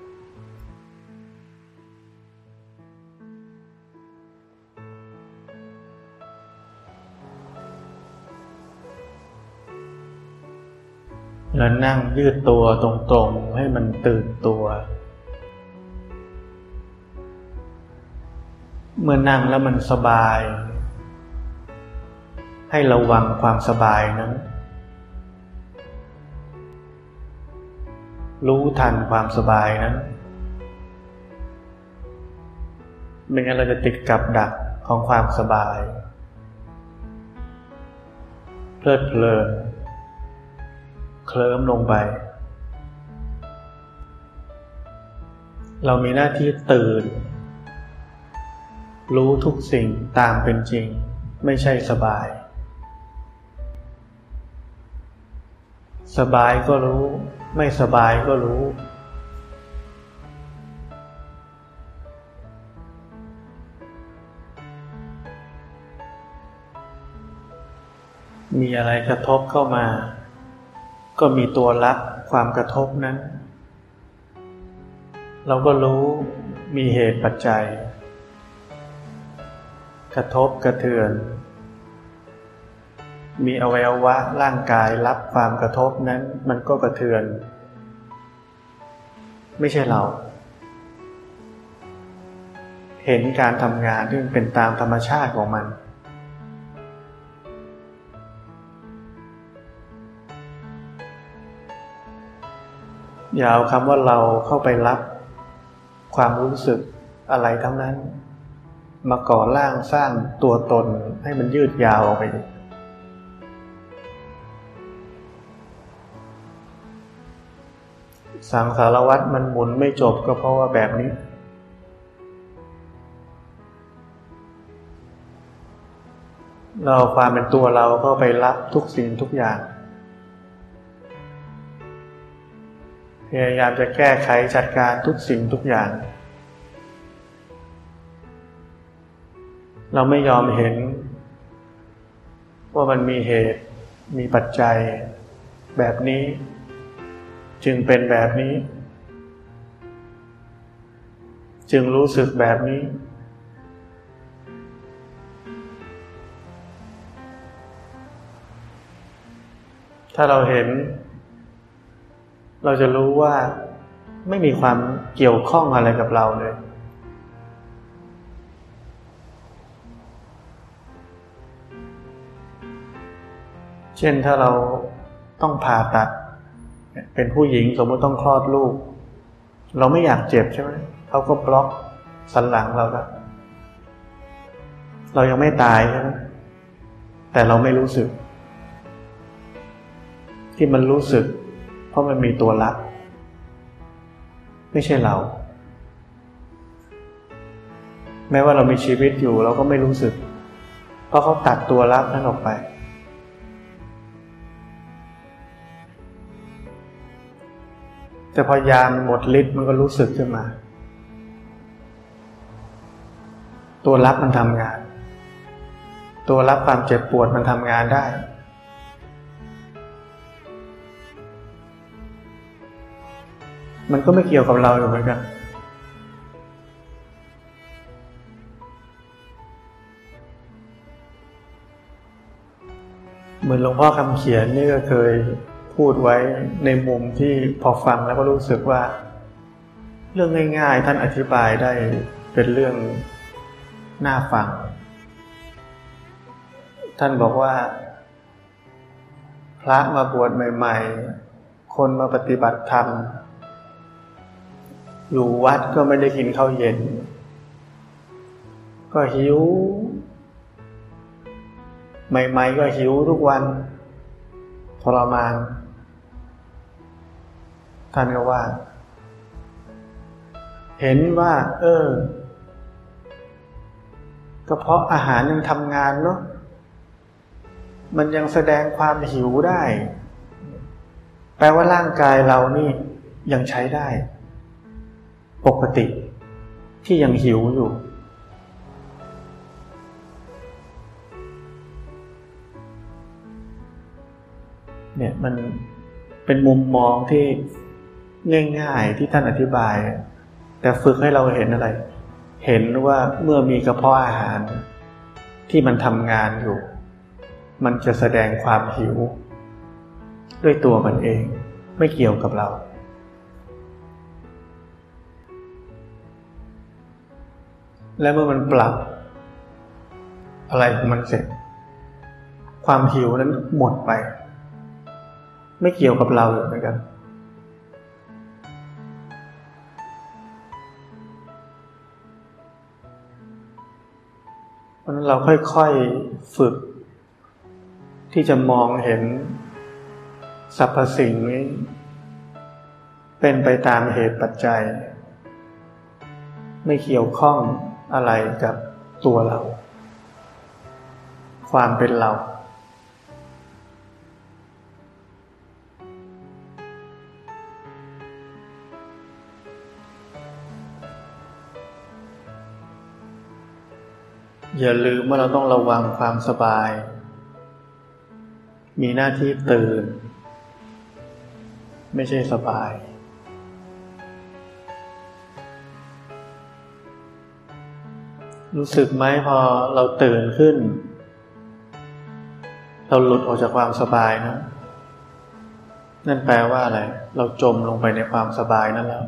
แล้วนั่งยืดตัวตรงๆให้มันตื่นตัวเมื่อนั่งแล้วมันสบายให้ระวังความสบายนั้นรู้ทันความสบายนั้นไม่งั้นเราจะติดกับดักของความสบายเพลิดเพลินเคลิ้มลงไปเรามีหน้าที่ตื่นรู้ทุกสิ่งตามเป็นจริงไม่ใช่สบายสบายก็รู้ไม่สบายก็รู้มีอะไรกระทบเข้ามาก็มีตัวรับความกระทบนั้นเราก็รู้มีเหตุปัจจัยกระทบกระเทือนมีอวัยวะร่างกายรับความกระทบนั้นมันก็กระเทือนไม่ใช่เราเห็นการทำงานที่มันเป็นตามธรรมชาติของมันอย่าเอาคำว่าเราเข้าไปรับความรู้สึกอะไรทั้งนั้นมาก่อร่างสร้างตัวตนให้มันยืดยาวออกไปสังสารวัฏมันหมุนไม่จบก็เพราะว่าแบบนี้เราความเป็นตัวเราเข้าไปรับทุกสิ่งทุกอย่างพยายามจะแก้ไขจัดการทุกสิ่งทุกอย่างเราไม่ยอมเห็นว่ามันมีเหตุมีปัจจัยแบบนี้จึงเป็นแบบนี้จึงรู้สึกแบบนี้ถ้าเราเห็นเราจะรู้ว่าไม่มีความเกี่ยวข้องอะไรกับเราเลยเช่นถ้าเราต้องผ่าตัดเป็นผู้หญิงสมมติต้องคลอดลูกเราไม่อยากเจ็บใช่ไหมเขาก็บล็อกสันหลังเราแล้วเรายังไม่ตายใช่ไหมแต่เราไม่รู้สึกที่มันรู้สึกเพราะมันมีตัวรับไม่ใช่เราแม้ว่าเรามีชีวิตอยู่เราก็ไม่รู้สึกเพราะเขาตัดตัวรับนั้นออกไปแต่พอยามันหมดฤทธิ์มันก็รู้สึกขึ้นมาตัวรับมันทำงานตัวรับความเจ็บปวดมันทำงานได้มันก็ไม่เกี่ยวกับเราอยู่เหมือนกันเหมือนหลวงพ่อคำเขียนนี่ก็เคยพูดไว้ในมุมที่พอฟังแล้วก็รู้สึกว่าเรื่องง่ายๆท่านอธิบายได้เป็นเรื่องน่าฟังท่านบอกว่าพระมาบวชใหม่ๆคนมาปฏิบัติธรรมอยู่วัดก็ไม่ได้กินข้าวเย็นก็หิวใหม่ๆก็หิวทุกวันทรมานท่านก็ว่าเห็นว่าเออก็เพราะอาหารยังทำงานเนาะมันยังแสดงความหิวได้แปลว่าร่างกายเรานี่ยังใช้ได้ปกติที่ยังหิวอยู่เนี่ยมันเป็นมุมมองที่ง่ายๆที่ท่านอธิบายแต่ฝึกให้เราเห็นอะไรเห็นว่าเมื่อมีกระเพาะอาหารที่มันทำงานอยู่มันจะแสดงความหิวด้วยตัวมันเองไม่เกี่ยวกับเราและเมื่อมันปรับอะไรของมันเสร็จความหิวนั้นหมดไปไม่เกี่ยวกับเราเหมือนกันเพราะฉะนั้นเราค่อยๆฝึกที่จะมองเห็นสรรพสิ่งนี้เป็นไปตามเหตุปัจจัยไม่เกี่ยวข้องอะไรกับตัวเราความเป็นเราอย่าลืมว่าเราต้องระวังความสบายมีหน้าที่ตื่นไม่ใช่สบายรู้สึกไหมพอเราตื่นขึ้นเราหลุดออกจากความสบายนะนั่นแปลว่าอะไรเราจมลงไปในความสบายนั่นแล้ว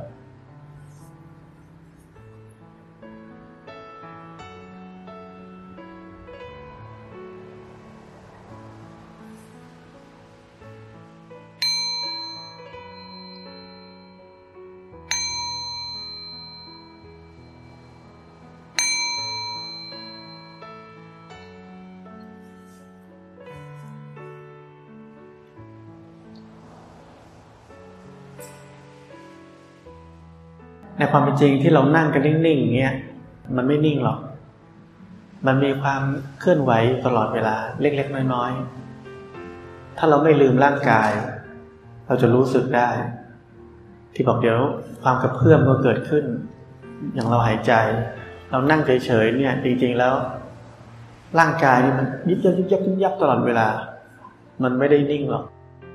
ในความเป็นจริงที่เรานั่งกันนิ่งๆอย่างเงี้ยมันไม่นิ่งหรอกมันมีความเคลื่อนไหวตลอดเวลาเล็กๆน้อยๆถ้าเราไม่ลืมร่างกายเราจะรู้สึกได้ที่บอกเดี๋ยวความกระเพื่อมก็เกิดขึ้นอย่างเราหายใจเรานั่งเฉยๆเนี่ยจริงๆแล้วร่างกายนี่มันยิบยับยิบยับยิบยับตลอดเวลามันไม่ได้นิ่งหรอก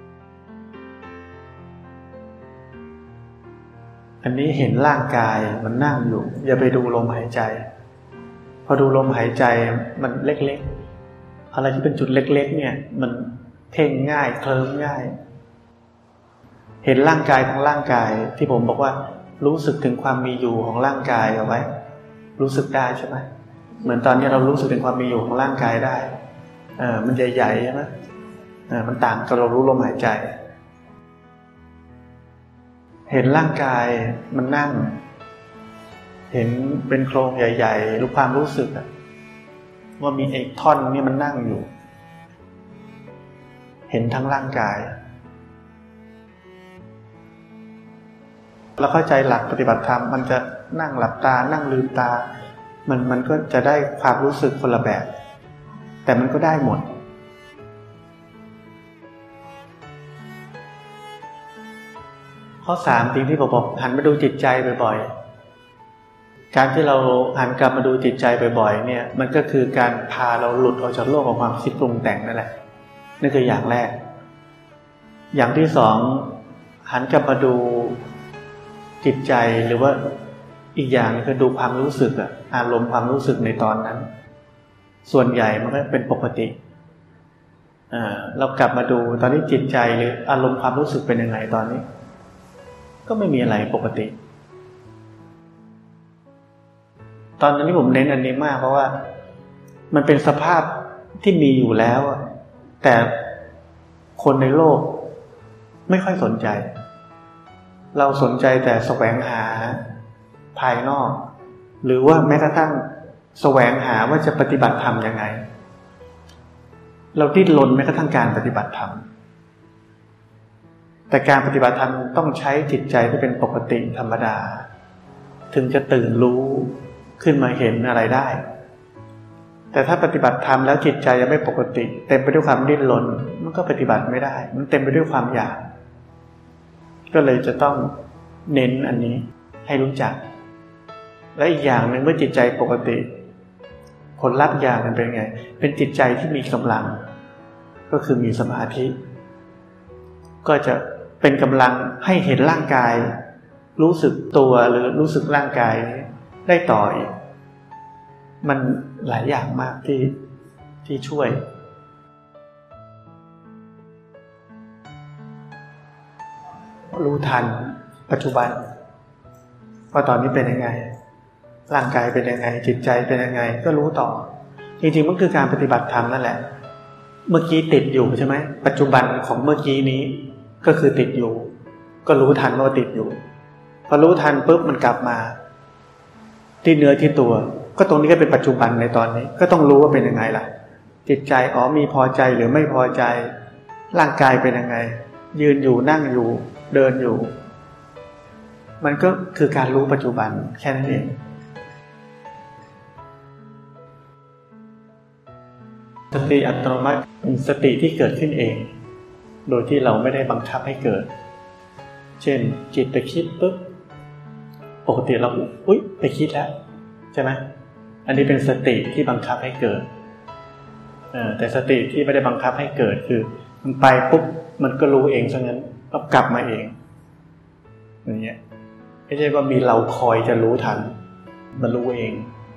อันนี้เห็นร่างกายมันนั่งอยู่อย่าไปดูลมหายใจพอดูลมหายใจมันเล็กๆอะไรที่เป็นจุดเล็กๆเนี่ยมันเพ่งง่ายเคลิ้มง่ายเห็นร่างกายทั้งร่างกายที่ผมบอกว่ารู้สึกถึงความมีอยู่ของร่างกายเอาไว้รู้สึกได้ใช่ไหมเหมือนตอนนี้เรารู้สึกถึงความมีอยู่ของร่างกายได้เออมันใหญ่ๆใช่ไหมเออมันต่างกับเรารู้ลมหายใจเห็นร่างกายมันนั่งเห็นเป็นโครงใหญ่ๆรู้ความรู้สึกว่ามีเอกท่อนนี่มันนั่งอยู่เห็นทั้งร่างกายแล้วเข้าใจหลักปฏิบัติธรรมมันจะนั่งหลับตานั่งลืมตามันมันก็จะได้ความรู้สึกคนละแบบแต่มันก็ได้หมดข้อสามสิ่งที่ผมบอกหันมาดูจิตใจบ่อยๆการที่เราหันกลับมาดูจิตใจบ่อยๆเนี่ยมันก็คือการพาเราหลุดออกจากโลกของความคิดปรุงแต่งนั่นแหละนั่นคืออย่างแรกอย่างที่สองหันกลับมาดูจิตใจหรือว่าอีกอย่างคือดูความรู้สึกอะอารมณ์ความรู้สึกในตอนนั้นส่วนใหญ่มันก็เป็นปกติอ่าเรากลับมาดูตอนนี้จิตใจหรืออารมณ์ความรู้สึกเป็นยังไงตอนนี้ก็ไม่มีอะไรปกติตอนนั้นที่ผมเน้นอันนี้มากเพราะว่ามันเป็นสภาพที่มีอยู่แล้วแต่คนในโลกไม่ค่อยสนใจเราสนใจแต่แสวงหาภายนอกหรือว่าแม้กระทั่งแสวงหาว่าจะปฏิบัติธรรมยังไงเราดิ้นรนแม้กระทั่งการปฏิบัติธรรมแต่การปฏิบัติธรรมต้องใช้จิตใจที่เป็นปกติธรรมดาถึงจะตื่นรู้ขึ้นมาเห็นอะไรได้แต่ถ้าปฏิบัติธรรมแล้วจิตใจยังไม่ปกติเต็มไปด้วยความดิ้นรนมันก็ปฏิบัติไม่ได้มันเต็มไปด้วยความอยากก็เลยจะต้องเน้นอันนี้ให้รู้จักและอีกอย่างหนึ่งเมื่อจิตใจปกติผลลัพธ์อย่างนั้นเป็นไงเป็นจิตใจที่มีกำลังก็คือมีสมาธิก็จะเป็นกำลังให้เห็นร่างกายรู้สึกตัวหรือรู้สึกร่างกายได้ต่ออีกมันหลายอย่างมากที่ที่ช่วยรู้ทันปัจจุบันว่าตอนนี้เป็นยังไงร่างกายเป็นยังไงจิตใจเป็นยังไงก็รู้ต่อจริงๆมันคือการปฏิบัติธรรมนั่นแหละเมื่อกี้ติดอยู่ใช่ไหมปัจจุบันของเมื่อกี้นี้ก็คือติดอยู่ก็รู้ทันว่าติดอยู่พอรู้ทันปุ๊บมันกลับมาที่เนื้อที่ตัวก็ตรงนี้ก็เป็นปัจจุบันในตอนนี้ก็ต้องรู้ว่าเป็นยังไงล่ะจิตใจอ๋อมีพอใจหรือไม่พอใจร่างกายเป็นยังไงยืนอยู่นั่งอยู่เดินอยู่มันก็คือการรู้ปัจจุบันแค่นั้นเองสติอัตโนมัติเป็นสติที่เกิดขึ้นเองโดยที่เราไม่ได้บังคับให้เกิดเช่นจิตไปคิดปุ๊บปกติเราอุ๊ยไปคิดแล้วใช่ไหมอันนี้เป็นสติที่บังคับให้เกิดเออแต่สติที่ไม่ได้บังคับให้เกิดคือมันไปปุ๊บมันก็รู้เองซะงั้นก็กลับมาเองอย่างเงี้ยไม่ใช่ว่ามีเราคอยจะรู้ทันมันรู้เอง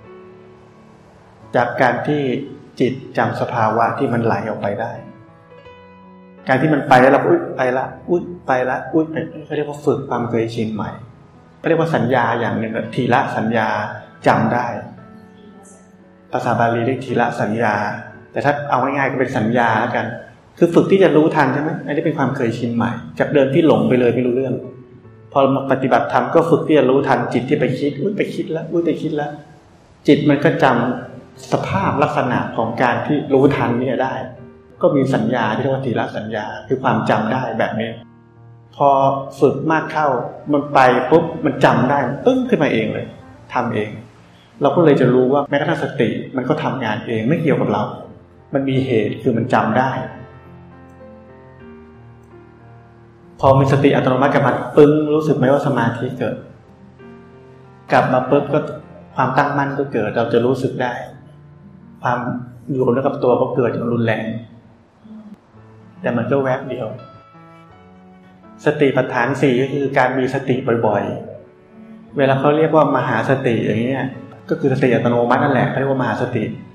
จากการที่จิตจำสภาวะที่มันไหลออกไปได้การที่มันไปแล้วเราอุ๊ยไปละอุ๊ยไปละอุ๊ยไปเขาเรียกว่าฝึกความเคยชินใหม่เขาเรียกว่าสัญญาอย่างหนึ่งทีละสัญญาจำได้ภาษาบาลีเรียกทีละสัญญาแต่ถ้าเอาง่ายๆก็เป็นสัญญาแล้วกันคือฝึกที่จะรู้ทันใช่ไหมอันนี้เป็นความเคยชินใหม่จากเดิมที่หลงไปเลยไม่รู้เรื่องพอมาปฏิบัติธรรมก็ฝึกที่จะรู้ทันจิตที่ไปคิดอุ๊ยไปคิดแล้วอุ๊ยไปคิดแล้วจิตมันก็จำสภาพลักษณะของการที่รู้ทันนี่ได้ก็มีสัญญาที่เรียกว่าทีละสัญญาคือความจำได้แบบนี้พอฝึกมากเข้ามันไปปุ๊บมันจำได้ปึ้งขึ้นมาเองเลยทำเองเราก็เลยจะรู้ว่าแม้กระทั่งสติมันก็ทำงานเองไม่เกี่ยวกับเรามันมีเหตุคือมันจำได้พอมีสติอัตโนมัติกลับมาปึ้งรู้สึกไหมว่าสมาธิเกิดกลับมาปุ๊บก็ความตั้งมั่นก็เกิดเราจะรู้สึกได้ความอยู่กับเนื้อกับตัวก็เกิดอย่างรุนแรงแต่มันก็แวบเดียวสติปัฏฐานสี่ก็คือการมีสติบ่อยๆเวลาเขาเรียกว่ามหาสติอย่างนี้ก็คือสติอัตโนมัตินั่นแหละเขาเรียกว่ามหาสติ